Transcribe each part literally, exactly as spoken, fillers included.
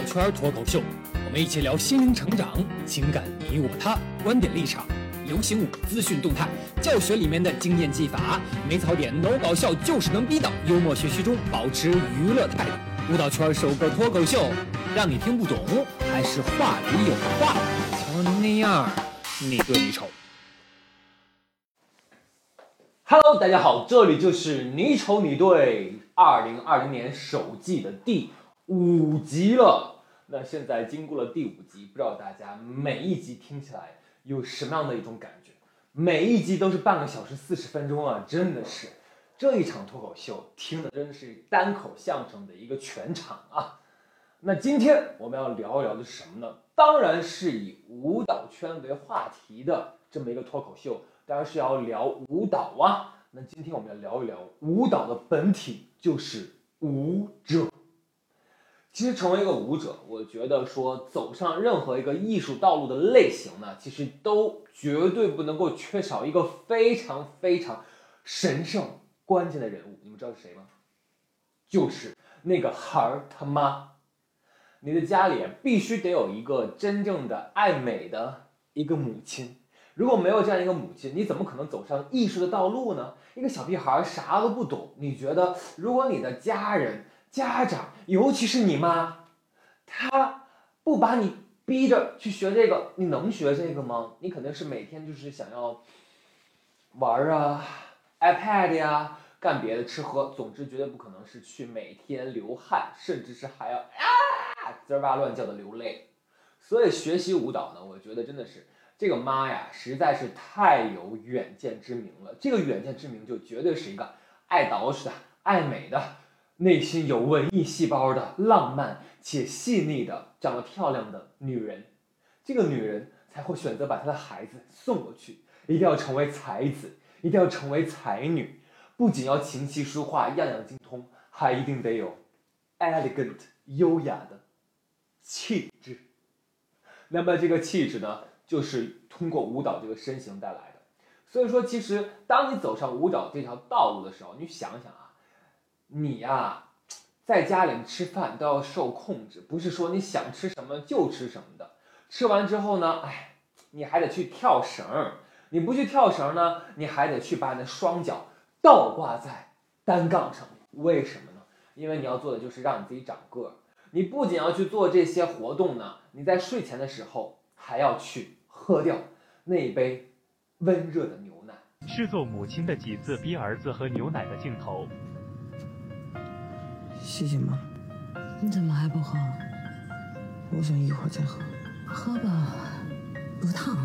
圈脱口秀，我们一起聊心灵成长、情感你我他、观点立场、流行舞、资讯动态、教学里面的经验技法，没槽点 no 搞笑就是能逼到，幽默学习中保持娱乐态度。舞蹈圈首个脱口秀，让你听不懂，还是话里有话。瞧您那样，你对你丑。Hello， 大家好，这里就是你丑你对二零二零年首季的第五集了。那现在经过了第五集，不知道大家每一集听起来有什么样的一种感觉？每一集都是半个小时四十分钟啊，真的是这一场脱口秀听的真的是单口相声的一个全场啊。那今天我们要聊一聊的是什么呢？当然是以舞蹈圈为话题的这么一个脱口秀，当然是要聊舞蹈啊。那今天我们要聊一聊舞蹈的本体就是舞者。其实成为一个舞者，我觉得说走上任何一个艺术道路的类型呢，其实都绝对不能够缺少一个非常非常神圣关键的人物。你们知道是谁吗？就是那个孩儿他妈。你的家里必须得有一个真正的爱美的一个母亲。如果没有这样一个母亲，你怎么可能走上艺术的道路呢？一个小屁孩啥都不懂，你觉得如果你的家人家长，尤其是你妈，她不把你逼着去学这个，你能学这个吗？你肯定是每天就是想要玩啊 iPad 呀、啊、干别的吃喝，总之绝对不可能是去每天流汗，甚至是还要啊滋哇乱叫的流泪。所以学习舞蹈呢，我觉得真的是这个妈呀实在是太有远见之明了。这个远见之明就绝对是一个爱捯饬的爱美的内心有文艺细胞的浪漫且细腻的长得漂亮的女人，这个女人才会选择把她的孩子送过去，一定要成为才子，一定要成为才女，不仅要琴棋书画样样精通，还一定得有 elegant 优雅的气质。那么这个气质呢，就是通过舞蹈这个身形带来的。所以说其实当你走上舞蹈这条道路的时候，你想想啊，你呀、啊，在家里吃饭都要受控制，不是说你想吃什么就吃什么的。吃完之后呢，哎，你还得去跳绳，你不去跳绳呢，你还得去把你的双脚倒挂在单杠上面。为什么呢？因为你要做的就是让你自己长个儿。你不仅要去做这些活动呢，你在睡前的时候还要去喝掉那一杯温热的牛奶。 是做母亲的几次逼儿子喝牛奶的镜头。 谢谢妈。 你怎么还不喝？ 我想一会儿再喝。 喝吧，不烫。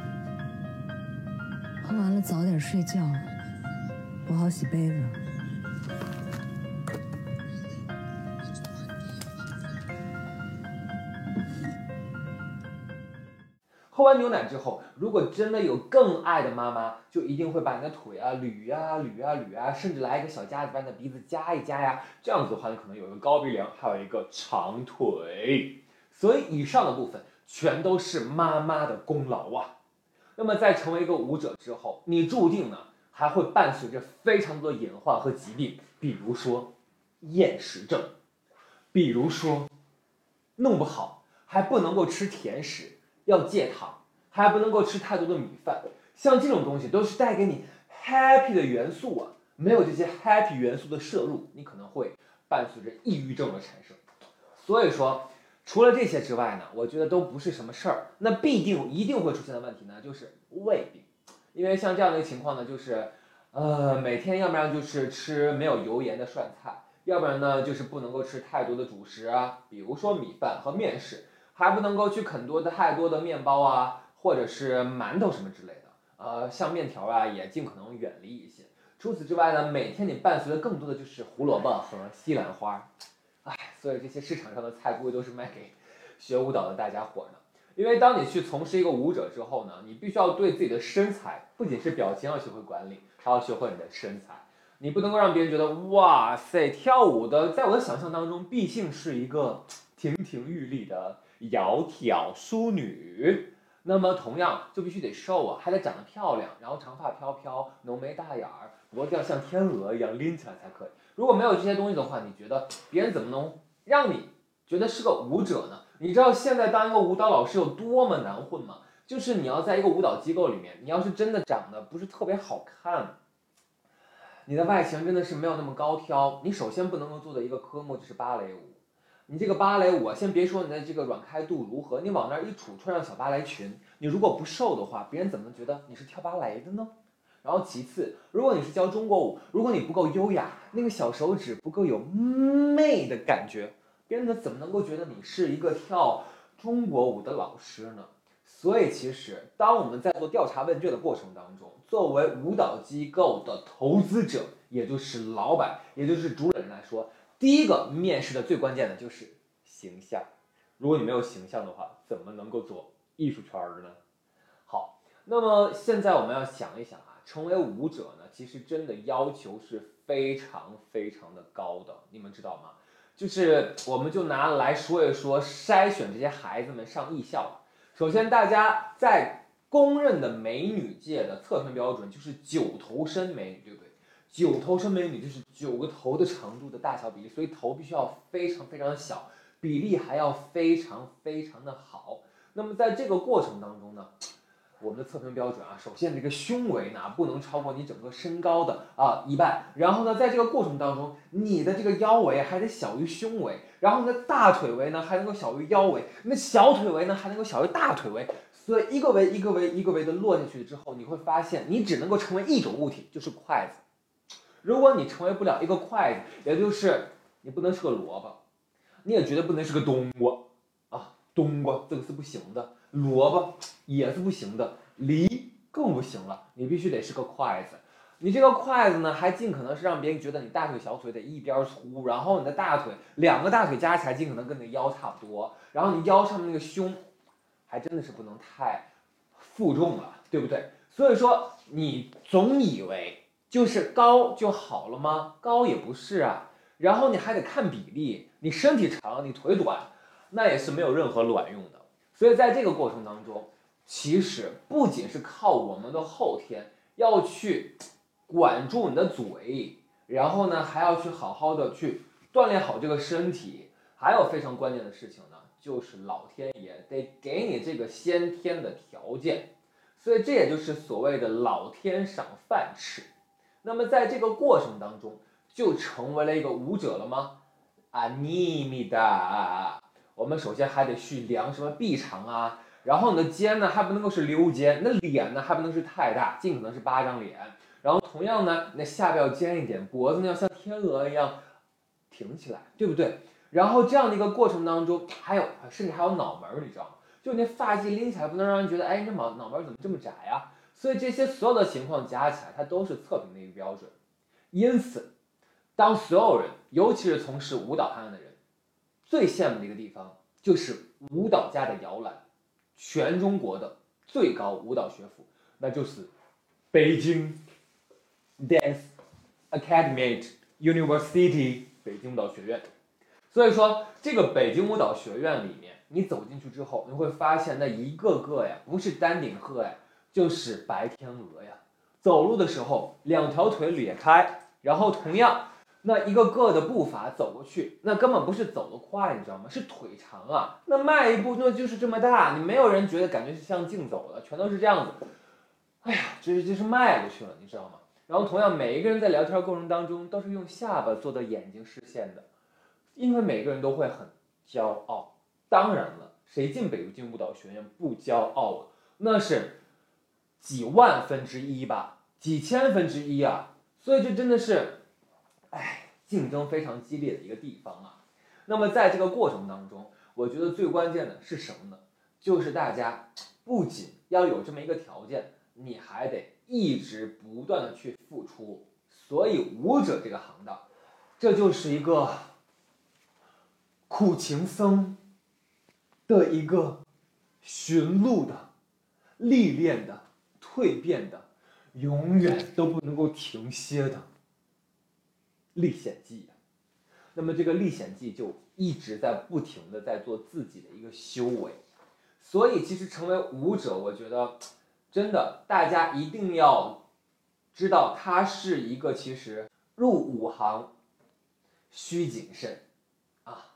喝完了早点睡觉，我好洗杯子。 喝完牛奶之后，如果真的有更爱的妈妈，就一定会把你的腿啊捋啊捋啊捋啊，甚至来一个小夹子把你的鼻子夹一夹呀。这样子的话，你可能有一个高鼻梁，还有一个长腿。所以以上的部分全都是妈妈的功劳啊。那么在成为一个舞者之后，你注定呢还会伴随着非常多的隐患和疾病，比如说厌食症，比如说弄不好还不能够吃甜食。要戒糖，还不能够吃太多的米饭，像这种东西都是带给你 happy 的元素啊。没有这些 happy 元素的摄入，你可能会伴随着抑郁症的产生。所以说，除了这些之外呢，我觉得都不是什么事儿。那必定一定会出现的问题呢，就是胃病。因为像这样的一个情况呢，就是呃每天要不然就是吃没有油盐的涮菜，要不然呢就是不能够吃太多的主食啊，比如说米饭和面食。还不能够去啃多的太多的面包啊，或者是馒头什么之类的，呃，像面条啊，也尽可能远离一些。除此之外呢，每天你伴随的更多的就是胡萝卜和西兰花，哎，所以这些市场上的菜估计都是卖给学舞蹈的大家伙的。因为当你去从事一个舞者之后呢，你必须要对自己的身材，不仅是表情要学会管理，还要学会你的身材。你不能够让别人觉得，哇塞，跳舞的，在我的想象当中，毕竟是一个亭亭玉立的窈窕淑女，那么同样就必须得瘦啊，还得长得漂亮，然后长发飘飘，浓眉大眼儿，脖子要像天鹅一样拎起来才可以。如果没有这些东西的话，你觉得别人怎么能让你觉得是个舞者呢？你知道现在当一个舞蹈老师有多么难混吗？就是你要在一个舞蹈机构里面，你要是真的长得不是特别好看，你的外形真的是没有那么高挑，你首先不能够做的一个科目就是芭蕾舞。你这个芭蕾舞啊，先别说你的这个软开度如何，你往那儿一杵，穿上小芭蕾裙，你如果不瘦的话，别人怎么觉得你是跳芭蕾的呢？然后其次，如果你是教中国舞，如果你不够优雅，那个小手指不够有媚的感觉，别人怎么能够觉得你是一个跳中国舞的老师呢？所以其实当我们在做调查问卷的过程当中，作为舞蹈机构的投资者，也就是老板，也就是主理人来说，第一个面试的最关键的就是形象。如果你没有形象的话，怎么能够做艺术圈呢？好，那么现在我们要想一想啊，成为舞者呢，其实真的要求是非常非常的高的，你们知道吗？就是我们就拿来说一说筛选这些孩子们上艺校啊。首先，大家在公认的美女界的测评标准就是九头身美女，对不对？九头身美女就是九个头的长度的大小比例，所以头必须要非常非常的小，比例还要非常非常的好。那么在这个过程当中呢，我们的测评标准啊，首先这个胸围呢不能超过你整个身高的啊一半，然后呢，在这个过程当中，你的这个腰围还得小于胸围，然后呢，大腿围呢还能够小于腰围，那小腿围呢还能够小于大腿围，所以一个围一个围一个围的落下去之后，你会发现你只能够成为一种物体，就是筷子。如果你成为不了一个筷子，也就是你不能是个萝卜，你也绝对不能是个冬瓜啊，冬瓜这个是不行的。萝卜也是不行的，梨更不行了，你必须得是个筷子。你这个筷子呢，还尽可能是让别人觉得你大腿小腿得一边粗，然后你的大腿两个大腿加起来尽可能跟你的腰差不多，然后你腰上面那个胸，还真的是不能太负重了，对不对？所以说你总以为就是高就好了吗？高也不是啊，然后你还得看比例，你身体长，你腿短，那也是没有任何卵用的。所以在这个过程当中，其实不仅是靠我们的后天要去管住你的嘴，然后呢还要去好好的去锻炼好这个身体，还有非常关键的事情呢，就是老天爷得给你这个先天的条件，所以这也就是所谓的老天赏饭吃。那么在这个过程当中，就成为了一个舞者了吗？啊，尼米达。我们首先还得去量什么臂长啊，然后你的肩呢还不能够是溜肩，那脸呢还不能是太大，尽可能是八张脸。然后同样呢，那下巴要尖一点，脖子呢要像天鹅一样挺起来，对不对？然后这样的一个过程当中，还有甚至还有脑门，你知道吗？就那发髻拎起来不能让人觉得，哎，你这脑脑门怎么这么窄呀？所以这些所有的情况加起来，它都是测评的一个标准。因此，当所有人，尤其是从事舞蹈行业的人，最羡慕的一个地方就是舞蹈家的摇篮，全中国的最高舞蹈学府，那就是北京 Dance Academy University 北京舞蹈学院。所以说，这个北京舞蹈学院里面，你走进去之后，你会发现那一个个呀，不是丹顶鹤呀，就是白天鹅呀。走路的时候，两条腿裂开，然后同样。那一个个的步伐走过去，那根本不是走得快，你知道吗？是腿长啊，那迈一步那就是这么大，你没有人觉得感觉是像竞走的，全都是这样子。哎呀，这就是迈过去了，你知道吗？然后同样每一个人在聊天过程当中都是用下巴做的眼睛视线的，因为每个人都会很骄傲。当然了，谁进北京舞蹈学院不骄傲啊？那是几万分之一吧，几千分之一啊，所以这真的是。哎，竞争非常激烈的一个地方啊。那么在这个过程当中，我觉得最关键的是什么呢？就是大家不仅要有这么一个条件，你还得一直不断的去付出。所以舞者这个行当，这就是一个苦行僧的一个寻路的、历练的、蜕变的，永远都不能够停歇的历险记。那么这个历险记就一直在不停的在做自己的一个修为。所以其实成为舞者，我觉得真的大家一定要知道，它是一个其实入舞行需谨慎啊，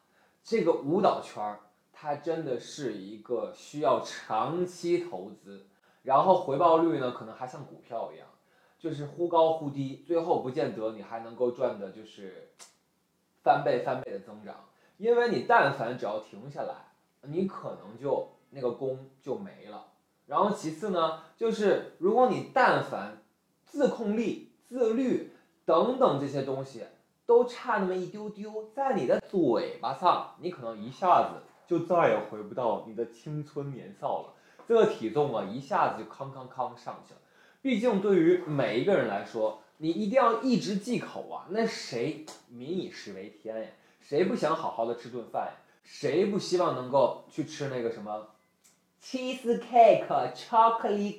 这个舞蹈圈儿，它真的是一个需要长期投资，然后回报率呢，可能还像股票一样，就是忽高忽低，最后不见得你还能够赚的就是翻倍翻倍的增长，因为你但凡只要停下来，你可能就那个功就没了。然后其次呢，就是如果你但凡自控力、自律等等这些东西都差那么一丢丢，在你的嘴巴上，你可能一下子就再也回不到你的青春年少了。这个体重啊，一下子就康康康上去了。毕竟对于每一个人来说，你一定要一直忌口啊。那谁民以食为天呀？谁不想好好的吃顿饭呀？谁不希望能够去吃那个什么 cheese cake、chocolate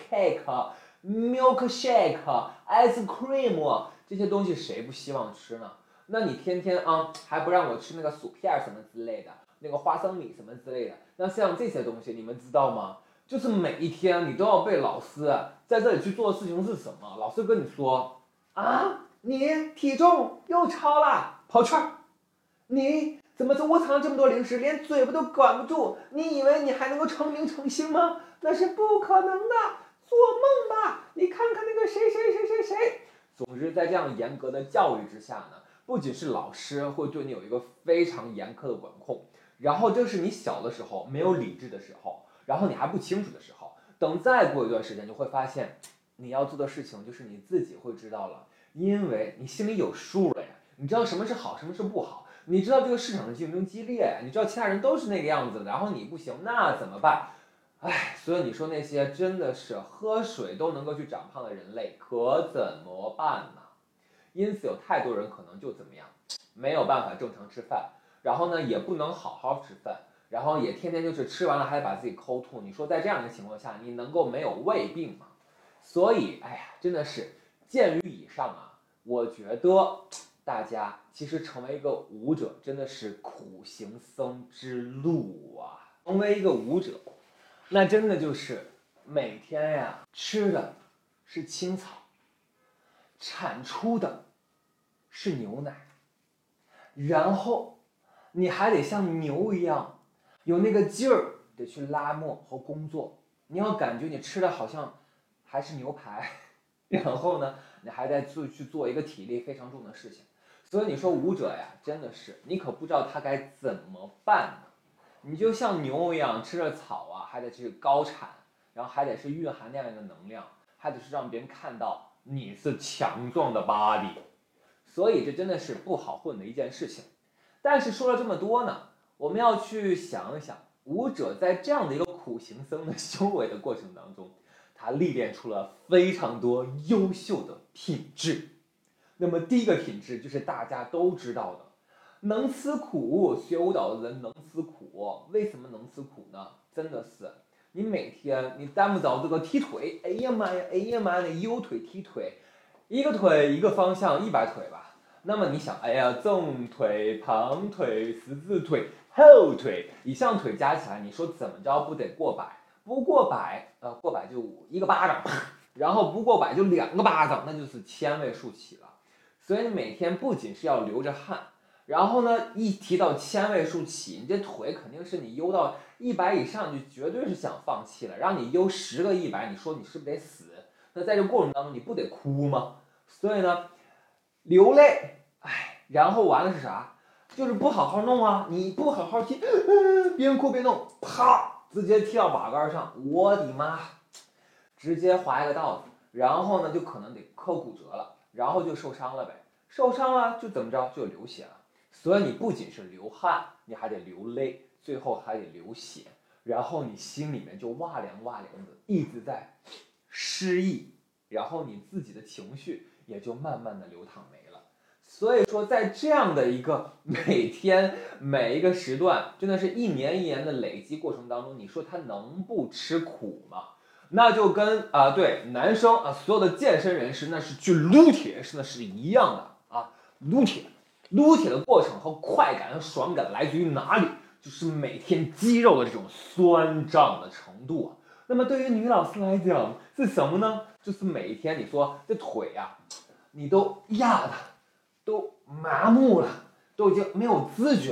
cake、milk shake、ice cream 这些东西，谁不希望吃呢？那你天天啊还不让我吃那个薯片什么之类的，那个花生米什么之类的，那像这些东西你们知道吗？就是每一天你都要被老师在这里去做的事情是什么？老师跟你说啊，你体重又超了，跑圈儿，你怎么在卧槽这么多零食，连嘴巴都管不住？你以为你还能够成名成星吗？那是不可能的，做梦吧！你看看那个谁谁谁谁谁。总之，在这样严格的教育之下呢，不仅是老师会对你有一个非常严苛的管控，然后这是你小的时候没有理智的时候，然后你还不清楚的时候，等再过一段时间，就会发现你要做的事情就是你自己会知道了，因为你心里有数了呀，你知道什么是好，什么是不好，你知道这个市场的竞争激烈呀，你知道其他人都是那个样子的，然后你不行，那怎么办？唉，所以你说那些真的是喝水都能够去长胖的人类，可怎么办呢？因此有太多人可能就怎么样，没有办法正常吃饭，然后呢也不能好好吃饭，然后也天天就是吃完了还得把自己抠吐。你说在这样的情况下，你能够没有胃病吗？所以，哎呀，真的是鉴于以上啊，我觉得大家其实成为一个舞者真的是苦行僧之路啊。成为一个舞者，那真的就是每天呀吃的是青草，产出的是牛奶，然后你还得像牛一样有那个劲儿，得去拉磨和工作。你要感觉你吃的好像还是牛排，然后呢，你还在做去做一个体力非常重的事情。所以你说舞者呀，真的是你可不知道他该怎么办呢。你就像牛一样吃着草啊，还得去高产，然后还得是蕴含那样一个能量，还得是让别人看到你是强壮的 body。所以这真的是不好混的一件事情。但是说了这么多呢，我们要去想一想，舞者在这样的一个苦行僧的修为的过程当中，他历练出了非常多优秀的品质。那么第一个品质就是大家都知道的，能吃苦，学舞蹈的人能吃苦。为什么能吃苦呢？真的是你每天你担不着这个踢腿，哎呀妈呀，哎呀妈呀，右腿踢腿，一个腿一个方向一百腿吧。那么你想，哎呀，正腿、旁腿、十字腿、后腿，以上腿加起来，你说怎么着不得过百？不过百，呃，过百就一个巴掌，然后不过百就两个巴掌，那就是千位数起了。所以你每天不仅是要流着汗，然后呢，一提到千位数起，你这腿肯定是你悠到一百以上，就绝对是想放弃了。让你悠十个一百，你说你是不是得死？那在这过程当中，你不得哭吗？所以呢，流泪，哎，然后完了是啥？就是不好好弄啊！你不好好踢，呃、边哭边弄，啪，直接踢到把杆上，我的妈！直接划一个道子，然后呢，就可能得磕骨折了，然后就受伤了呗。受伤了就怎么着，就流血了。所以你不仅是流汗，你还得流泪，最后还得流血，然后你心里面就哇凉哇凉的，一直在失意，然后你自己的情绪也就慢慢的流淌没了。所以说，在这样的一个每天每一个时段，真的是一年一年的累积过程当中，你说他能不吃苦吗？那就跟啊、呃、对男生啊，所有的健身人士那是去撸铁是那是一样的啊，撸铁，撸铁的过程和快感和爽感来自于哪里？就是每天肌肉的这种酸胀的程度啊。那么对于女老师来讲是什么呢？就是每天你说这腿呀、啊，你都压的都麻木了，都已经没有知觉了，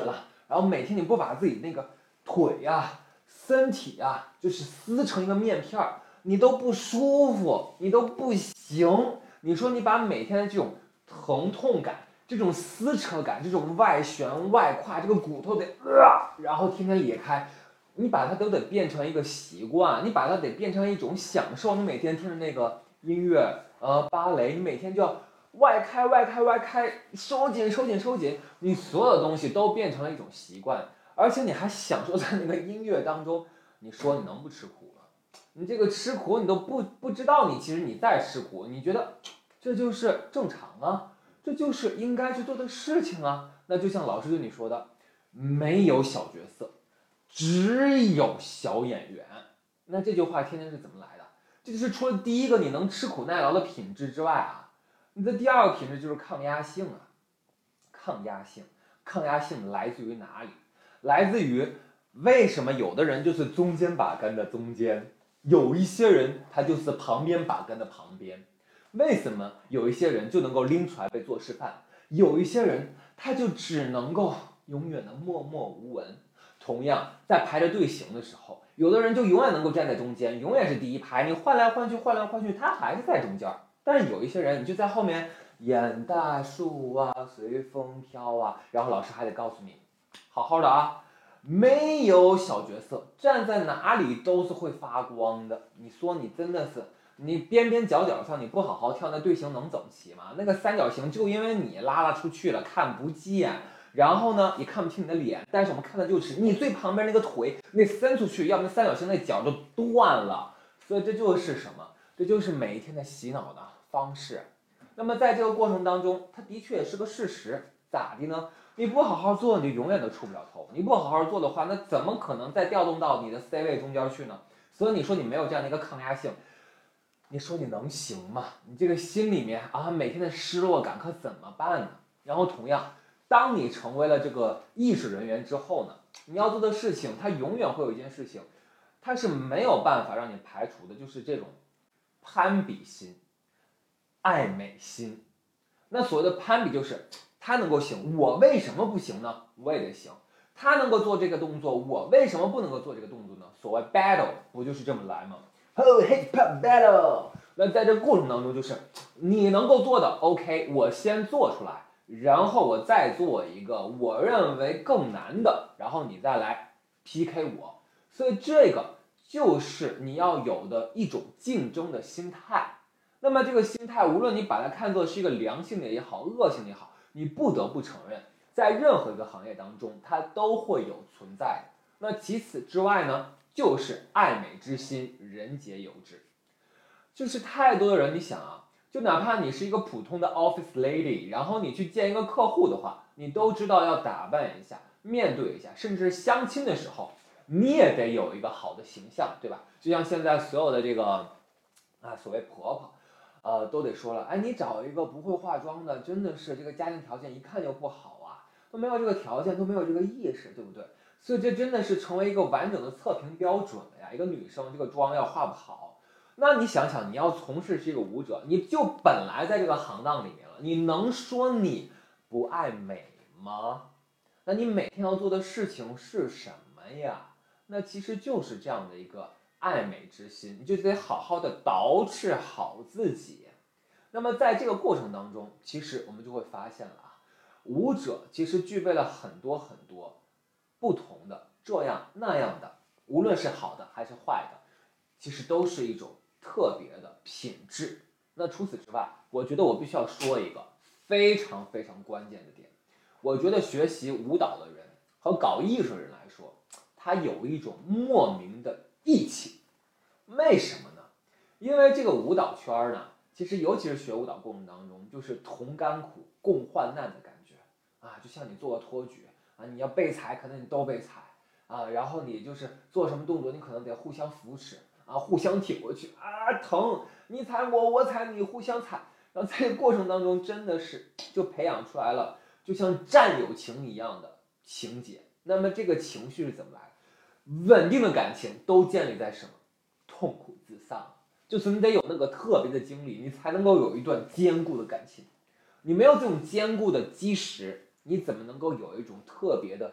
然后每天你不把自己那个腿呀、啊、身体呀、啊，就是撕成一个面片儿，你都不舒服，你都不行。你说你把每天的这种疼痛感、这种撕扯感、这种外旋外胯，这个骨头得呃，然后天天裂开，你把它都得变成一个习惯，你把它得变成一种享受。你每天听着那个音乐，呃，芭蕾，你每天就要外开外开外开，收紧收紧收紧，你所有的东西都变成了一种习惯，而且你还享受在那个音乐当中。你说你能不吃苦吗？你这个吃苦你都不不知道，你其实你在吃苦，你觉得这就是正常啊，这就是应该去做的事情啊。那就像老师对你说的，没有小角色，只有小演员。那这句话天天是怎么来的？这就是除了第一个你能吃苦耐劳的品质之外啊，你的第二个品质就是抗压性啊。抗压性，抗压性来自于哪里？来自于为什么有的人就是中间把杆的中间，有一些人他就是旁边把杆的旁边。为什么有一些人就能够拎出来被做示范，有一些人他就只能够永远的默默无闻？同样在排着队形的时候，有的人就永远能够站在中间，永远是第一排，你换来换去换来换去，他还是在中间。但是有一些人你就在后面演大树啊，随风飘啊，然后老师还得告诉你好好的啊，没有小角色，站在哪里都是会发光的。你说你真的是，你边边角角上你不好好跳，那队形能整齐吗？那个三角形就因为你拉拉出去了，看不见，然后呢也看不清你的脸，但是我们看的就是你最旁边那个腿，那伸出去，要不然三角形那角就断了。所以这就是什么？这就是每一天的洗脑的方式。那么在这个过程当中，它的确也是个事实，咋的呢？你不好好做，你就永远都出不了头。你不好好做的话，那怎么可能再调动到你的 C 位中间去呢？所以你说你没有这样的一个抗压性，你说你能行吗？你这个心里面啊，每天的失落感可怎么办呢？然后同样，当你成为了这个意识人员之后呢，你要做的事情，它永远会有一件事情，它是没有办法让你排除的，就是这种攀比心、爱美心。那所谓的攀比就是他能够行，我为什么不行呢？我也得行。他能够做这个动作，我为什么不能够做这个动作呢？所谓 battle 不就是这么来吗？ Oh hip hop battle。 那在这个过程当中，就是你能够做的 OK， 我先做出来，然后我再做一个我认为更难的，然后你再来 P K 我。所以这个就是你要有的一种竞争的心态。那么这个心态，无论你把它看作是一个良性的也好，恶性的也好，你不得不承认，在任何一个行业当中，它都会有存在的。那其此之外呢，就是爱美之心，人皆有之。就是太多的人，你想啊，就哪怕你是一个普通的 office lady， 然后你去见一个客户的话，你都知道要打扮一下，面对一下，甚至相亲的时候，你也得有一个好的形象，对吧？就像现在所有的这个啊，所谓婆婆。呃，都得说了，哎，你找一个不会化妆的，真的是这个家庭条件一看就不好啊，都没有这个条件，都没有这个意识，对不对？所以这真的是成为一个完整的测评标准了呀。一个女生这个妆要化不好，那你想想，你要从事这个舞者，你就本来在这个行当里面了，你能说你不爱美吗？那你每天要做的事情是什么呀？那其实就是这样的一个爱美之心，你就得好好的捯饬好自己。那么在这个过程当中，其实我们就会发现了啊，舞者其实具备了很多很多不同的这样那样的，无论是好的还是坏的，其实都是一种特别的品质。那除此之外，我觉得我必须要说一个非常非常关键的点，我觉得学习舞蹈的人和搞艺术的人来说，他有一种莫名的义气。为什么呢？因为这个舞蹈圈呢，其实尤其是学舞蹈过程当中，就是同甘苦共患难的感觉啊，就像你做个托举啊，你要被踩，可能你都被踩啊，然后你就是做什么动作，你可能得互相扶持啊，互相挺过去啊，疼，你踩我，我踩你，互相踩，然后在这个过程当中，真的是就培养出来了，就像战友情一样的情节。那么这个情绪是怎么来的？稳定的感情都建立在什么？痛苦自丧。就是你得有那个特别的经历，你才能够有一段坚固的感情。你没有这种坚固的基石，你怎么能够有一种特别的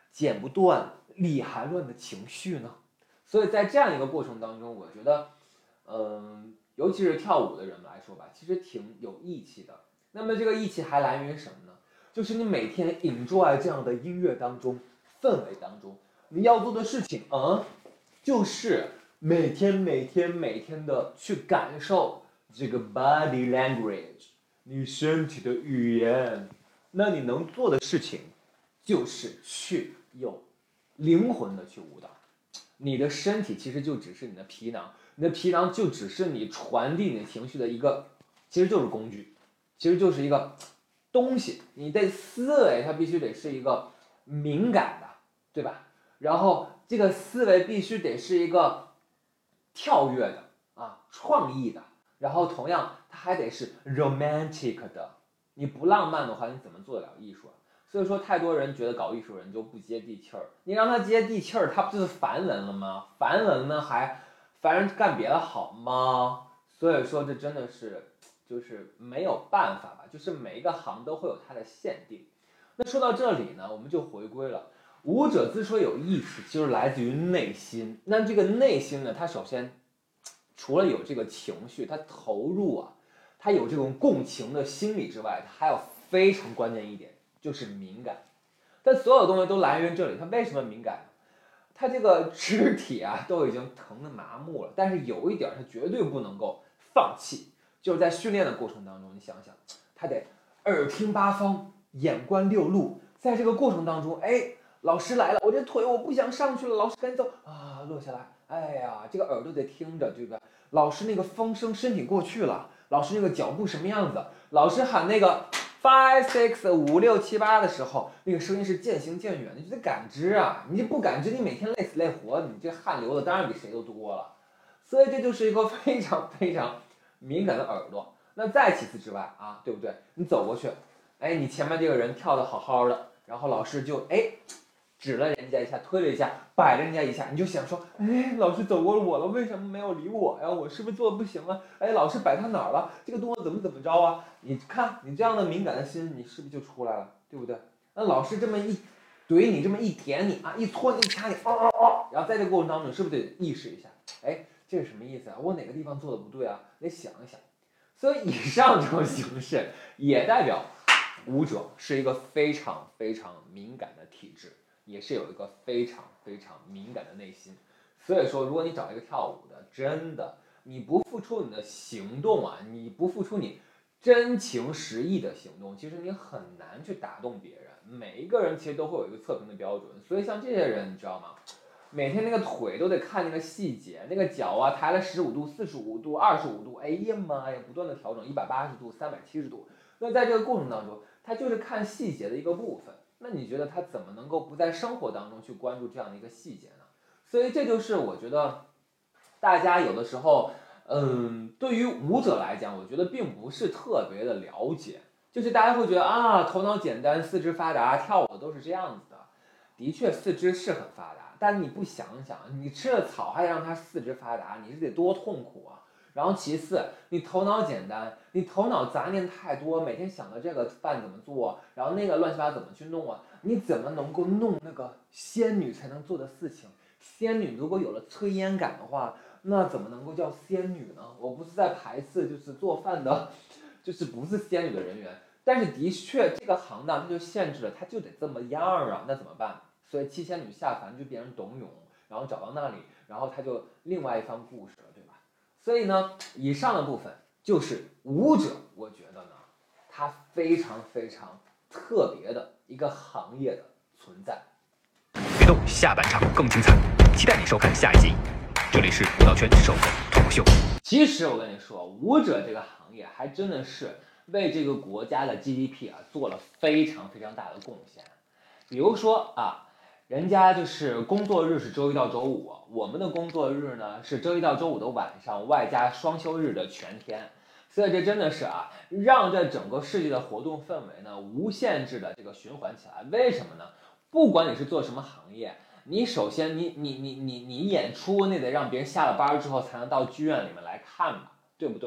剪不断理还乱的情绪呢？所以在这样一个过程当中，我觉得，嗯，尤其是跳舞的人来说吧，其实挺有义气的。那么这个义气还来源于什么呢？就是你每天 enjoy 这样的音乐当中、氛围当中，你要做的事情，嗯，就是每天、每天、每天的去感受这个 body language， 你身体的语言。那你能做的事情，就是去有灵魂的去舞蹈。你的身体其实就只是你的皮囊，你的皮囊就只是你传递你情绪的一个，其实就是工具，其实就是一个东西。你的思维它必须得是一个敏感的，对吧？然后这个思维必须得是一个跳跃的啊，创意的，然后同样它还得是 romantic 的。你不浪漫的话，你怎么做得了艺术啊？所以说，太多人觉得搞艺术人就不接地气儿。你让他接地气儿，他不就是凡人了吗？凡人呢，还凡人干别的好吗？所以说，这真的是就是没有办法吧，就是每一个行都会有它的限定。那说到这里呢，我们就回归了舞者之所以有义气，就是来自于内心。那这个内心呢，它首先除了有这个情绪，它投入啊。他有这种共情的心理之外，他还有非常关键一点，就是敏感。但所有东西都来源于这里。他为什么敏感？他这个肢体啊都已经疼得麻木了，但是有一点他绝对不能够放弃，就是在训练的过程当中，你想想，他得耳听八方，眼观六路，在这个过程当中，哎，老师来了，我这腿我不想上去了，老师赶紧走啊，落下来，哎呀，这个耳朵得听着，对吧？老师那个风声身体过去了。老师那个脚步什么样子？老师喊那个 five six 五六七八的时候，那个声音是渐行渐远，你就得感知啊！你不感知，你每天累死累活，你这汗流的当然比谁都多了。所以这就是一个非常非常敏感的耳朵。那再其次之外啊，对不对？你走过去，哎，你前面这个人跳得好好的，然后老师就哎指了人家一下，推了一下，摆了人家一下，你就想说，哎，老师走过了我了，为什么没有理我呀？我是不是做的不行啊？哎，老师摆他哪儿了？这个动作怎么怎么着啊？你看你这样的敏感的心，你是不是就出来了，对不对？那老师这么一怼你，这么一点你啊，一搓你，一掐你，哦哦哦，然后在这个过程当中，你是不是得意识一下？哎，这是什么意思啊？我哪个地方做的不对啊？得想一想。所以以上这种形式也代表舞者是一个非常非常敏感的体质。也是有一个非常非常敏感的内心，所以说，如果你找一个跳舞的，真的你不付出你的行动啊，你不付出你真情实意的行动，其实你很难去打动别人。每一个人其实都会有一个测评的标准，所以像这些人，你知道吗？每天那个腿都得看那个细节，那个脚啊抬了十五度、四十五度、二十五度，哎呀妈呀，不断的调整，一百八十度、三百七十度。那在这个过程当中，他就是看细节的一个部分。那你觉得他怎么能够不在生活当中去关注这样的一个细节呢？所以这就是我觉得大家有的时候，嗯，对于舞者来讲，我觉得并不是特别的了解，就是大家会觉得啊，头脑简单，四肢发达，跳舞的都是这样子的。的确，四肢是很发达，但你不想想，你吃了草还得让它四肢发达，你是得多痛苦啊！然后其次，你头脑简单，你头脑杂念太多，每天想着这个饭怎么做，然后那个乱七八糟怎么去弄啊？你怎么能够弄那个仙女才能做的事情？仙女如果有了炊烟感的话，那怎么能够叫仙女呢？我不是在排斥就是做饭的，就是不是仙女的人员，但是的确这个行当它就限制了，它就得这么样啊，那怎么办？所以七仙女下凡就变成董永，然后找到那里，然后他就另外一番故事了，对吧？所以呢，以上的部分就是舞者，我觉得呢，它非常非常特别的一个行业的存在。 别动，下半场更精彩，期待你收看下一集。这里是舞蹈圈首个脱口秀。 其实我跟你说，舞者这个行业还真的是为这个国家的 G D P 啊做了非常非常大的贡献。比如说啊，人家就是工作日是周一到周五，我们的工作日呢是周一到周五的晚上，外加双休日的全天。所以这真的是啊，让这整个世界的活动氛围呢无限制的这个循环起来。为什么呢？不管你是做什么行业，你首先你你你你你演出，那得让别人下了班之后才能到剧院里面来看吧，对不对？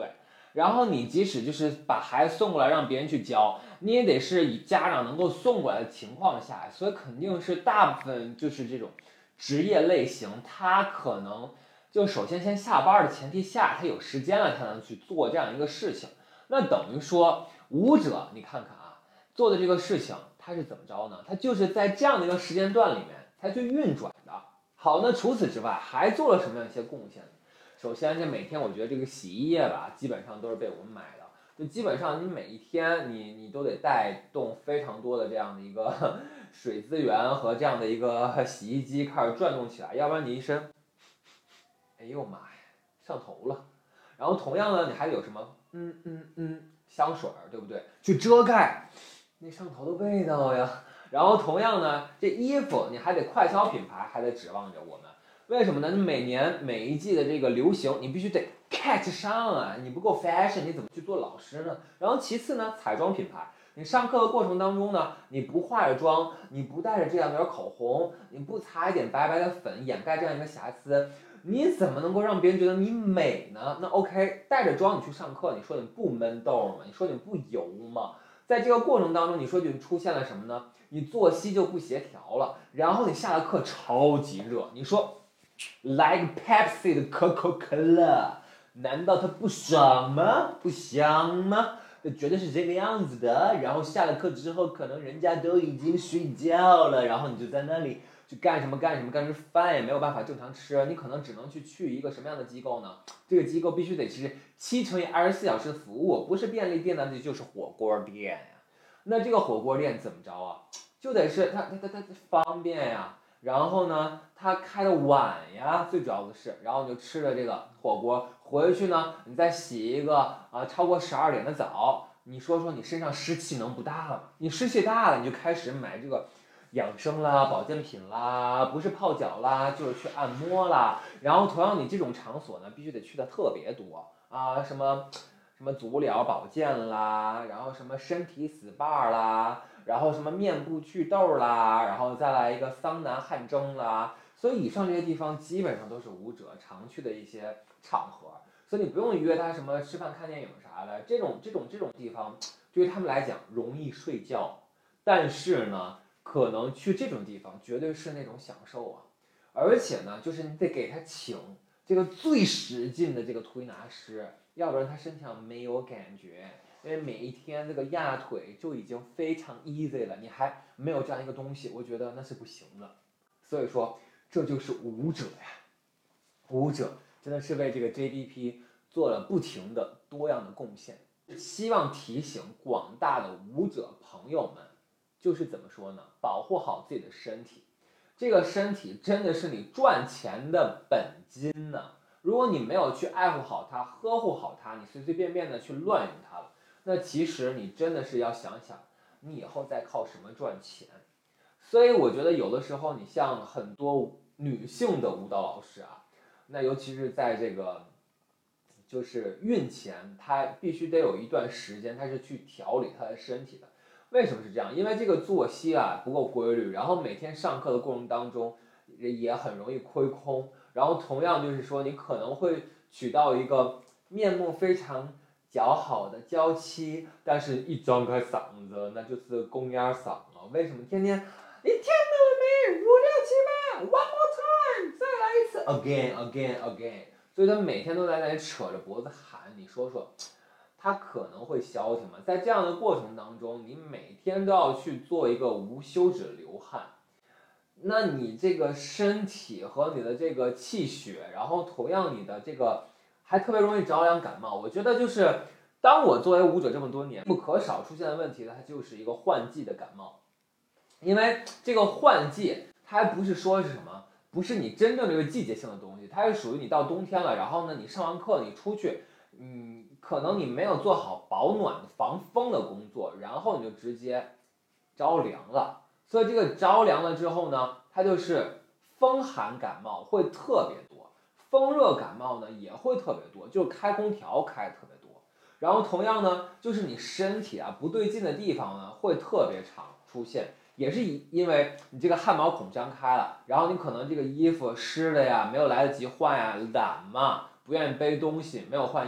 然后你即使就是把孩子送过来让别人去教，你也得是以家长能够送过来的情况下，所以肯定是大部分就是这种职业类型，他可能就首先先下班的前提下，他有时间了才能去做这样一个事情。那等于说舞者，你看看啊，做的这个事情他是怎么着呢？他就是在这样的一个时间段里面才去运转的。好，那除此之外还做了什么样一些贡献呢？首先，这每天我觉得这个洗衣液吧，基本上都是被我们买的。就基本上你每一天你你都得带动非常多的这样的一个水资源和这样的一个洗衣机开始转动起来，要不然你一身，哎呦妈呀，上头了。然后同样呢，你还有什么嗯嗯嗯香水，对不对？去遮盖那上头的味道呀。然后同样呢，这衣服你还得快消品牌还得指望着我们。为什么呢？你每年每一季的这个流行，你必须得 catch 上啊！你不够 fashion， 你怎么去做老师呢？然后其次呢，彩妆品牌，你上课的过程当中呢，你不化着妆，你不带着这样点口红，你不擦一点白白的粉掩盖这样一个瑕疵，你怎么能够让别人觉得你美呢？那 OK， 带着妆你去上课，你说你不闷痘吗？你说你不油吗？在这个过程当中，你说就出现了什么呢？你作息就不协调了，然后你下了课超级热，你说。Like Pepsi 的可口可乐，难道它不爽吗？不香吗？就觉得是这个样子的。然后下了课之后，可能人家都已经睡觉了，然后你就在那里去干什么干什么，干什么饭也没有办法正常吃，你可能只能去去一个什么样的机构呢？这个机构必须得是七乘以二十四小时的服务，不是便利店呢，那就是火锅店呀。那这个火锅店怎么着啊？就得是它它它它方便呀。然后呢，他开的晚呀，最主要的是，然后你就吃了这个火锅，回去呢，你再洗一个啊、呃、超过十二点的澡，你说说你身上湿气能不大了吗？你湿气大了，你就开始买这个养生啦、保健品啦，不是泡脚啦，就是去按摩啦。然后同样，你这种场所呢，必须得去的特别多啊，什么什么足疗保健啦，然后什么身体 S P A 啦。然后什么面部祛痘啦，然后再来一个桑拿汗蒸啦，所以以上这些地方基本上都是舞者常去的一些场合，所以你不用约他什么吃饭看电影啥的，这种这种这种地方对于他们来讲容易睡觉，但是呢，可能去这种地方绝对是那种享受啊，而且呢，就是你得给他请这个最使劲的这个推拿师，要不然他身体上没有感觉。因为每一天这个压腿就已经非常 easy 了，你还没有这样一个东西，我觉得那是不行的。所以说，这就是舞者呀，舞者真的是为这个 J D P 做了不停的多样的贡献。希望提醒广大的舞者朋友们，就是怎么说呢？保护好自己的身体，这个身体真的是你赚钱的本金呢。如果你没有去爱护好它、呵护好它，你随随便便的去乱用它了。那其实你真的是要想想，你以后再靠什么赚钱？所以我觉得有的时候，你像很多女性的舞蹈老师啊，那尤其是在这个就是孕前，她必须得有一段时间，她是去调理她的身体的。为什么是这样？因为这个作息啊不够规律，然后每天上课的过程当中也很容易亏空，然后同样就是说，你可能会娶到一个面目非常姣好的娇妻，但是一张开嗓子，那就是公鸭嗓了。为什么天天你听到了没？五六七八 ，one more time， 再来一次 ，again again again。所以他每天都在那里扯着脖子喊，你说说，他可能会消停吗？在这样的过程当中，你每天都要去做一个无休止流汗，那你这个身体和你的这个气血，然后同样你的这个。还特别容易着凉感冒，我觉得就是当我作为舞者这么多年，不可少出现的问题呢，它就是一个换季的感冒。因为这个换季，它还不是说是什么，不是你真正这个季节性的东西，它是属于你到冬天了，然后呢，你上完课你出去，嗯，可能你没有做好保暖防风的工作，然后你就直接着凉了。所以这个着凉了之后呢，它就是风寒感冒会特别多。风热感冒呢也会特别多，就是开空调开的特别多，然后同样呢，就是你身体啊不对劲的地方呢会特别常出现，也是因为你这个汗毛孔张开了，然后你可能这个衣服湿了呀，没有来得及换呀，懒嘛，不愿意背东西，没有换衣服，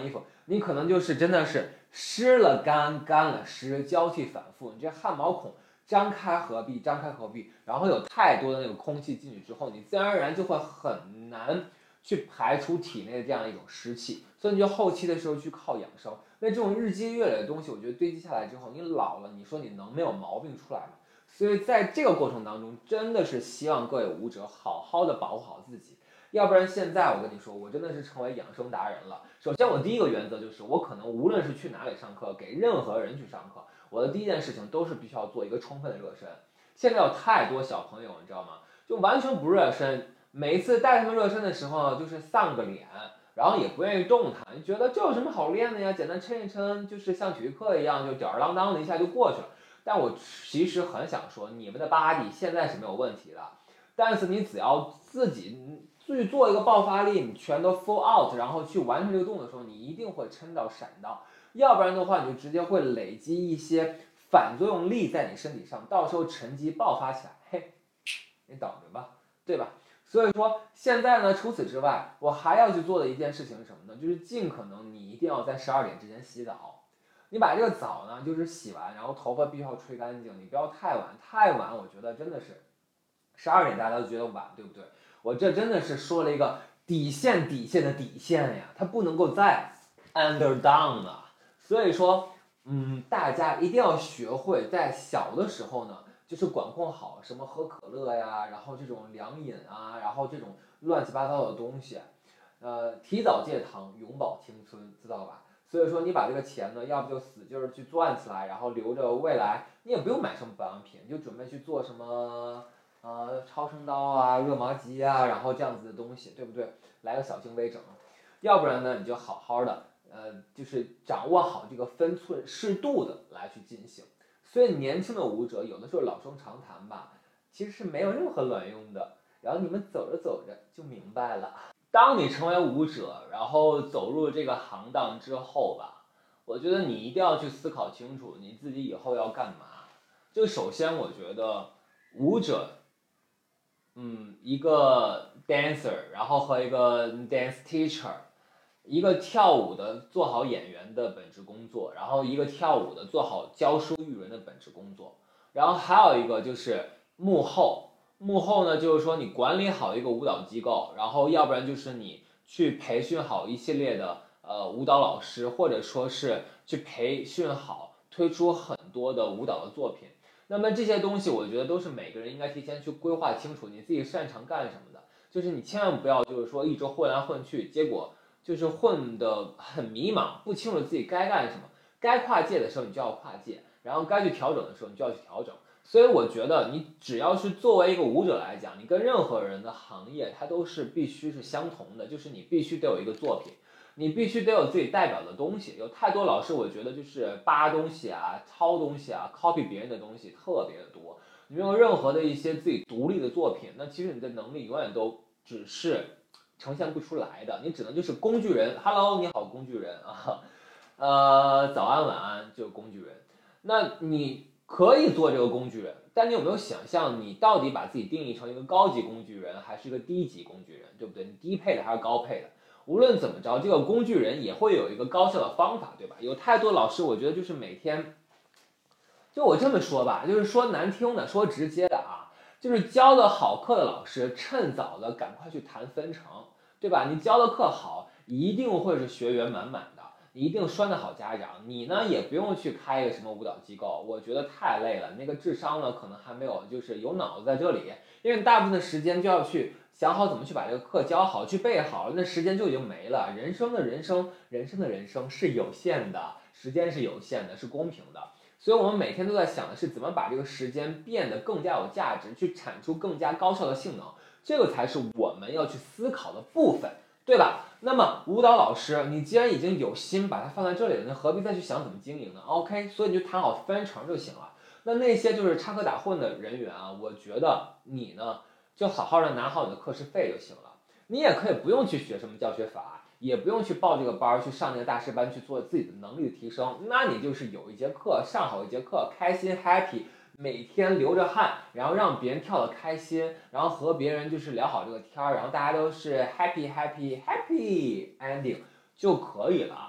你可能就是真的是湿了干，干了湿，交替反复，你这汗毛孔张开合闭，张开合闭，然后有太多的那个空气进去之后，你自然而然就会很难去排出体内的这样一种湿气，所以你就后期的时候去靠养生。那这种日积月累的东西，我觉得堆积下来之后，你老了，你说你能没有毛病出来吗？所以在这个过程当中，真的是希望各位舞者好好的保护好自己，要不然现在我跟你说，我真的是成为养生达人了。首先，我第一个原则就是，我可能无论是去哪里上课，给任何人去上课，我的第一件事情都是必须要做一个充分的热身。现在有太多小朋友，你知道吗？就完全不热身，每一次带他们热身的时候，就是丧个脸。然后也不愿意动弹，你觉得这有什么好练的呀？简单抻一抻，就是像体育课一样，就吊儿郎当的一下就过去了。但我其实很想说，你们的 body 现在是没有问题的，但是你只要自己去做一个爆发力，你全都 full out， 然后去完成这个动作的时候，你一定会抻到闪到，要不然的话，你就直接会累积一些反作用力在你身体上，到时候成绩爆发起来，嘿，你等着吧，对吧？所以说现在呢，除此之外，我还要去做的一件事情是什么呢？就是尽可能你一定要在十二点之前洗澡。你把这个澡呢，就是洗完，然后头发必须要吹干净，你不要太晚，太晚我觉得真的是十二点大家都觉得晚，对不对？我这真的是说了一个底线底线的底线呀，它不能够再 underdown 了。所以说，嗯，大家一定要学会在小的时候呢。就是管控好什么喝可乐呀，然后这种凉饮啊，然后这种乱七八糟的东西，呃，提早戒糖，永葆青春，知道吧？所以说你把这个钱呢，要不就死劲儿去赚起来，然后留着未来，你也不用买什么保养品，你就准备去做什么呃超声刀啊、热毛吉啊，然后这样子的东西，对不对？来个小型微整，要不然呢，你就好好的呃，就是掌握好这个分寸，适度的来去进行。所以年轻的舞者有的时候老生常谈吧，其实是没有任何卵用的。然后你们走着走着就明白了。当你成为舞者，然后走入这个行当之后吧，我觉得你一定要去思考清楚你自己以后要干嘛。就首先我觉得舞者，嗯，一个 dancer， 然后和一个 dance teacher。一个跳舞的做好演员的本职工作，然后一个跳舞的做好教书育人的本职工作，然后还有一个就是幕后，幕后呢就是说你管理好一个舞蹈机构，然后要不然就是你去培训好一系列的呃舞蹈老师，或者说是去培训好推出很多的舞蹈的作品。那么这些东西我觉得都是每个人应该提前去规划清楚你自己擅长干什么的，就是你千万不要就是说一直混来混去，结果就是混得很迷茫，不清楚自己该干什么，该跨界的时候你就要跨界，然后该去调整的时候你就要去调整。所以我觉得你只要是作为一个舞者来讲，你跟任何人的行业它都是必须是相同的，就是你必须得有一个作品，你必须得有自己代表的东西。有太多老师我觉得就是扒东西啊、抄东西啊、copy 别人的东西特别的多，你没有任何的一些自己独立的作品，那其实你的能力永远都只是呈现不出来的，你只能就是工具人。 Hello 你好工具人啊，呃早安晚安就是工具人。那你可以做这个工具人，但你有没有想象你到底把自己定义成一个高级工具人还是一个低级工具人，对不对？你低配的还是高配的，无论怎么着这个工具人也会有一个高效的方法，对吧？有太多老师我觉得就是每天，就我这么说吧，就是说难听的说直接的啊，就是教的好课的老师趁早的赶快去谈分成，对吧？你教的课好，一定会是学员满满的，你一定拴得好家长。你呢也不用去开一个什么舞蹈机构，我觉得太累了，那个智商呢可能还没有就是有脑子在这里，因为大部分的时间就要去想好怎么去把这个课教好，去背好，那时间就已经没了。人生的人生，人生的人生是有限的，时间是有限的，是公平的。所以我们每天都在想的是怎么把这个时间变得更加有价值，去产出更加高效的性能，这个才是我们要去思考的部分，对吧？那么舞蹈老师，你既然已经有心把它放在这里了，那何必再去想怎么经营呢 ？OK， 所以你就谈好分成就行了。那那些就是插科打诨的人员啊，我觉得你呢就好好的拿好你的课时费就行了。你也可以不用去学什么教学法，也不用去报这个班去上那个大师班去做自己的能力的提升，那你就是有一节课上好一节课，开心 happy， 每天流着汗，然后让别人跳得开心，然后和别人就是聊好这个天儿，然后大家都是 happy happy happy ending 就可以了。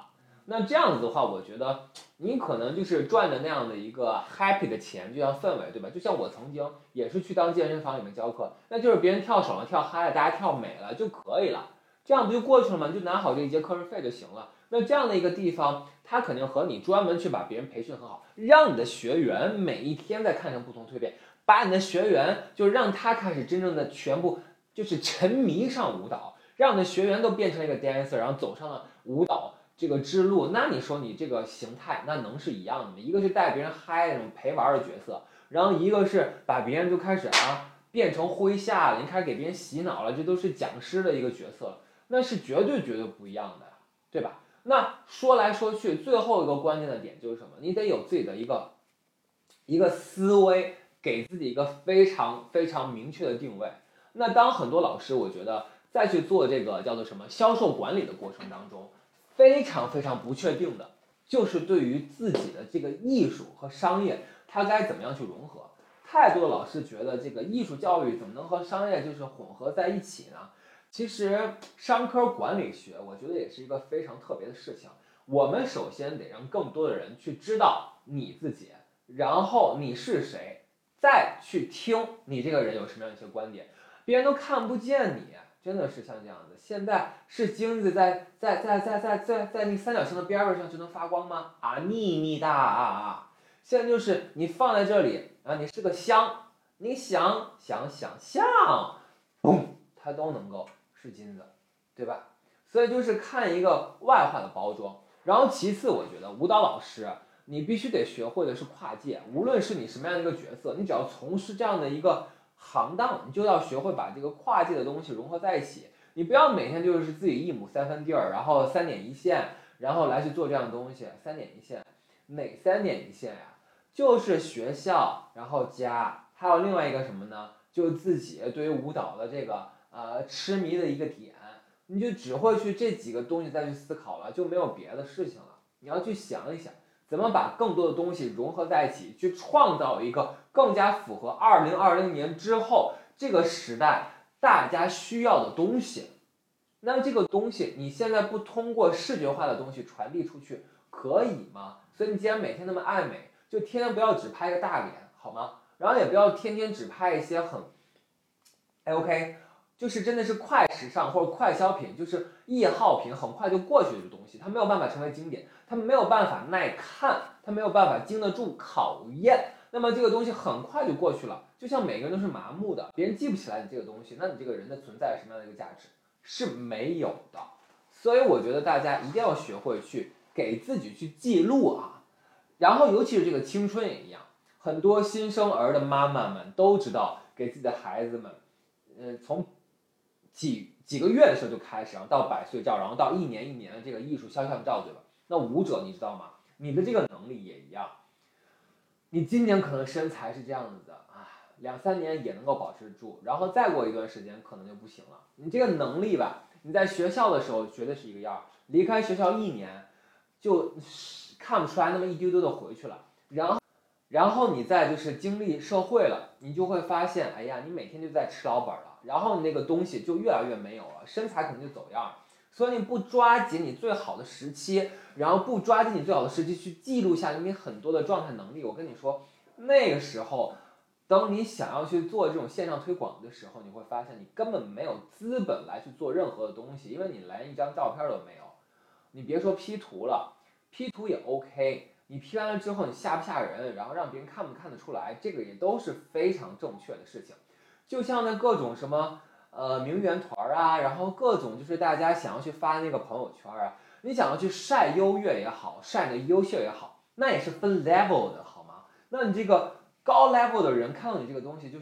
那这样子的话，我觉得你可能就是赚的那样的一个 happy 的钱，就像氛围，对吧？就像我曾经也是去当健身房里面教课，那就是别人跳爽了、跳嗨了，大家跳美了就可以了，这样不就过去了吗？你就拿好这一节课时费就行了。那这样的一个地方，它肯定和你专门去把别人培训很好，让你的学员每一天在看成不同蜕变，把你的学员就让他开始真正的全部就是沉迷上舞蹈，让你的学员都变成了一个 dancer， 然后走上了舞蹈这个之路。那你说你这个形态那能是一样的吗？一个是带别人嗨那种陪玩的角色，然后一个是把别人就开始啊变成麾下了，你开始给别人洗脑了，这都是讲师的一个角色，那是绝对绝对不一样的，对吧？那说来说去，最后一个关键的点就是什么？你得有自己的一个一个思维，给自己一个非常非常明确的定位。那当很多老师，我觉得再去做这个叫做什么销售管理的过程当中，非常非常不确定的，就是对于自己的这个艺术和商业，它该怎么样去融合。太多的老师觉得这个艺术教育怎么能和商业就是混合在一起呢？其实商科管理学，我觉得也是一个非常特别的事情。我们首先得让更多的人去知道你自己，然后你是谁，再去听你这个人有什么样的一些观点。别人都看不见你，真的是像这样子。现在是金子在在在在在在在那三角形的边儿上就能发光吗？啊，秘密的啊！现在就是你放在这里啊，你是个香，你想想想象，嘣，它都能够是金子，对吧？所以就是看一个外化的包装。然后其次，我觉得舞蹈老师你必须得学会的是跨界，无论是你什么样的一个角色，你只要从事这样的一个行当，你就要学会把这个跨界的东西融合在一起。你不要每天就是自己一亩三分地儿，然后三点一线，然后来去做这样的东西。三点一线，哪三点一线呀？就是学校，然后家，还有另外一个什么呢？就是自己对于舞蹈的这个呃痴迷的一个点，你就只会去这几个东西再去思考了，就没有别的事情了。你要去想一想，怎么把更多的东西融合在一起，去创造一个更加符合二零二零年之后这个时代大家需要的东西。那这个东西你现在不通过视觉化的东西传递出去，可以吗？所以你既然每天那么爱美，就天天不要只拍个大脸，好吗？然后也不要天天只拍一些很，哎 OK， 就是真的是快时尚或者快消品，就是易耗品，很快就过去的东西，它没有办法成为经典，它没有办法耐看，它没有办法经得住考验。那么这个东西很快就过去了，就像每个人都是麻木的，别人记不起来你这个东西，那你这个人的存在是什么样的一个价值？是没有的。所以我觉得大家一定要学会去给自己去记录啊。然后尤其是这个青春也一样，很多新生儿的妈妈们都知道给自己的孩子们，呃，从几几个月的时候就开始，然后到百岁照，然后到一年一年的这个艺术肖像照，对吧？那舞者你知道吗？你的这个能力也一样，你今年可能身材是这样子的啊，两三年也能够保持住，然后再过一段时间可能就不行了。你这个能力吧，你在学校的时候绝对是一个样，离开学校一年就看不出来那么一丢丢的回去了，然后，然后你再就是经历社会了，你就会发现，哎呀，你每天就在吃老本了，然后你那个东西就越来越没有了，身材可能就走样了。所以你不抓紧你最好的时期，然后不抓紧你最好的时期去记录下你很多的状态能力，我跟你说，那个时候，等你想要去做这种线上推广的时候，你会发现你根本没有资本来去做任何的东西，因为你连一张照片都没有。你别说 P 图了。P 图也 OK， 你 P 完了之后你吓不吓人，然后让别人看不看得出来，这个也都是非常正确的事情。就像那各种什么呃名媛团啊，然后各种就是大家想要去发那个朋友圈啊，你想要去晒优越也好，晒你的优秀也好，那也是分 level 的好吗？那你这个高 level 的人看到你这个东西就是，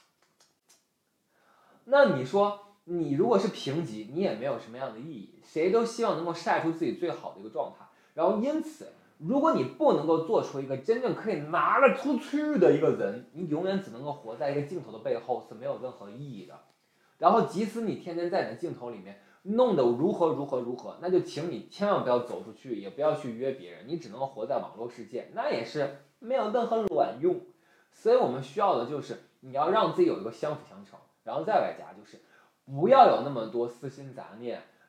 那你说你如果是平级，你也没有什么样的意义，谁都希望能够晒出自己最好的一个状态。然后因此，如果你不能够做出一个真正可以拿得出去的一个人，你永远只能够活在一个镜头的背后，是没有任何意义的。然后即使你天天在你的镜头里面弄得如何如何如何，那就请你千万不要走出去，也不要去约别人，你只能够活在网络世界，那也是没有任何卵用。所以我们需要的就是你要让自己有一个相辅相成，然后再外加就是不要有那么多私心杂念。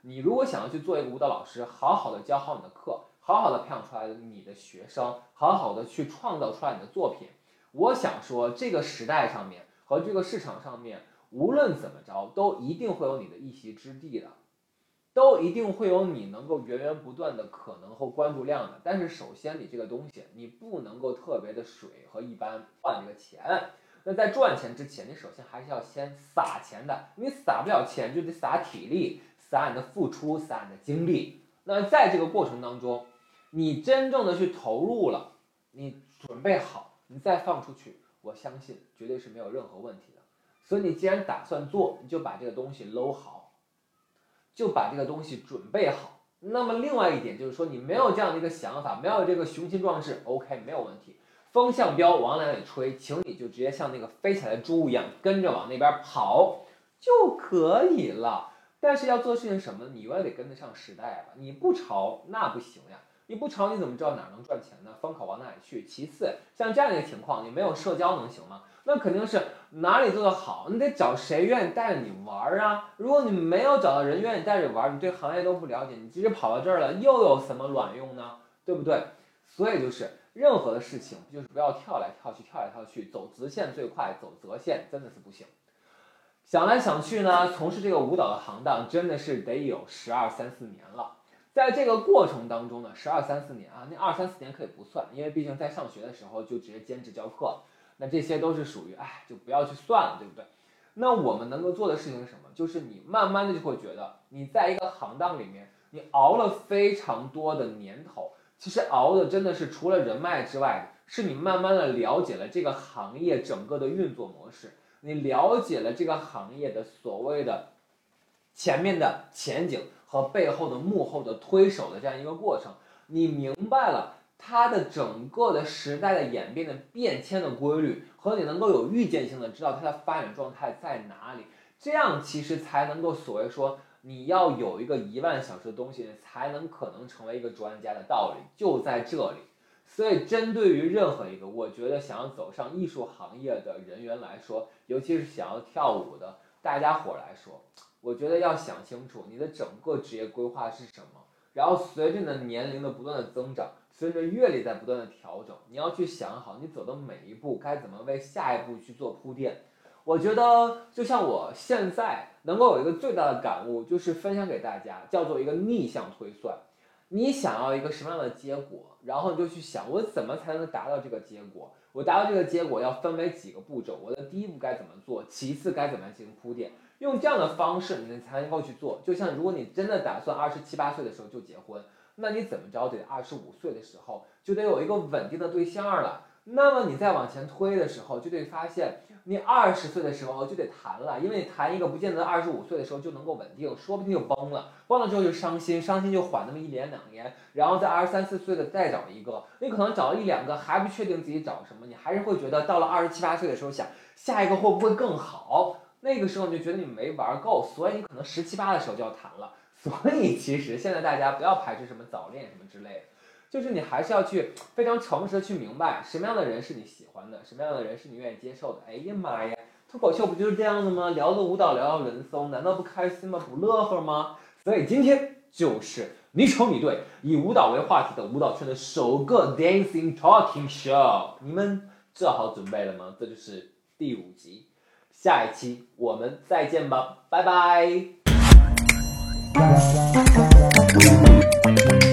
你如果想要去做一个舞蹈老师，好好的教好你的课，好好的培养出来你的学生，好好的去创造出来你的作品，我想说这个时代上面和这个市场上面，无论怎么着都一定会有你的一席之地的，都一定会有你能够源源不断的可能和关注量的。但是首先你这个东西你不能够特别的水和一般换这个钱。那在赚钱之前，你首先还是要先撒钱的，你撒不了钱就得撒体力，撒你的付出，撒你的精力。那在这个过程当中，你真正的去投入了，你准备好，你再放出去，我相信绝对是没有任何问题的。所以你既然打算做，你就把这个东西搂好，就把这个东西准备好。那么另外一点就是说，你没有这样的一个想法，没有这个雄心壮志 OK 没有问题，风向标往哪里吹，请你就直接像那个飞起来的猪一样跟着往那边跑就可以了。但是要做事情什么，你永远得跟得上时代吧，你不潮那不行呀，你不潮你怎么知道哪能赚钱呢？风口往哪里去？其次，像这样的一个情况，你没有社交能行吗？那肯定是哪里做得好，你得找谁愿意带着你玩啊。如果你没有找到人愿意带着玩，你对行业都不了解，你直接跑到这儿了，又有什么卵用呢？对不对？所以就是任何的事情，就是不要跳来跳去，跳来跳去，走直线最快，走折线真的是不行。想来想去呢，从事这个舞蹈的行当真的是得有十二三四年了。在这个过程当中呢，十二三四年啊，那二三四年可以不算，因为毕竟在上学的时候就直接兼职教课，那这些都是属于哎，就不要去算了，对不对？那我们能够做的事情是什么？就是你慢慢的就会觉得，你在一个行当里面，你熬了非常多的年头，其实熬的真的是除了人脉之外，是你慢慢的了解了这个行业整个的运作模式。你了解了这个行业的所谓的前面的前景和背后的幕后的推手的这样一个过程，你明白了它的整个的时代的演变的变迁的规律，和你能够有预见性的知道它的发展状态在哪里，这样其实才能够所谓说你要有一个一万小时的东西，才能可能成为一个专家的道理就在这里。所以针对于任何一个我觉得想要走上艺术行业的人员来说，尤其是想要跳舞的大家伙来说，我觉得要想清楚你的整个职业规划是什么，然后随着你的年龄的不断的增长，随着阅历在不断的调整，你要去想好你走的每一步该怎么为下一步去做铺垫。我觉得就像我现在能够有一个最大的感悟，就是分享给大家，叫做一个逆向推算。你想要一个什么样的结果，然后你就去想我怎么才能达到这个结果，我达到这个结果要分为几个步骤，我的第一步该怎么做，其次该怎么进行铺垫，用这样的方式你才能够去做。就像如果你真的打算二十七八岁的时候就结婚，那你怎么着得二十五岁的时候就得有一个稳定的对象了，那么你再往前推的时候，就得发现你二十岁的时候就得谈了，因为你谈一个不见得二十五岁的时候就能够稳定，说不定就崩了，崩了之后就伤心，伤心就缓那么一年两年，然后在二十三四岁的再找一个，你可能找了一两个还不确定自己找什么，你还是会觉得到了二十七八岁的时候想下一个会不会更好，那个时候你就觉得你没玩够，所以你可能十七八的时候就要谈了。所以其实现在大家不要排斥什么早恋什么之类的，就是你还是要去非常诚实的去明白什么样的人是你喜欢的，什么样的人是你愿意接受的。哎呀妈呀，脱口秀不就是这样的吗？聊的舞蹈聊到人松，难道不开心吗？不乐呵吗？所以今天就是你瞅你对以舞蹈为话题的舞蹈圈的首个 Dancing Talking Show， 你们做好准备了吗？这就是第五集，下一期我们再见吧，拜拜。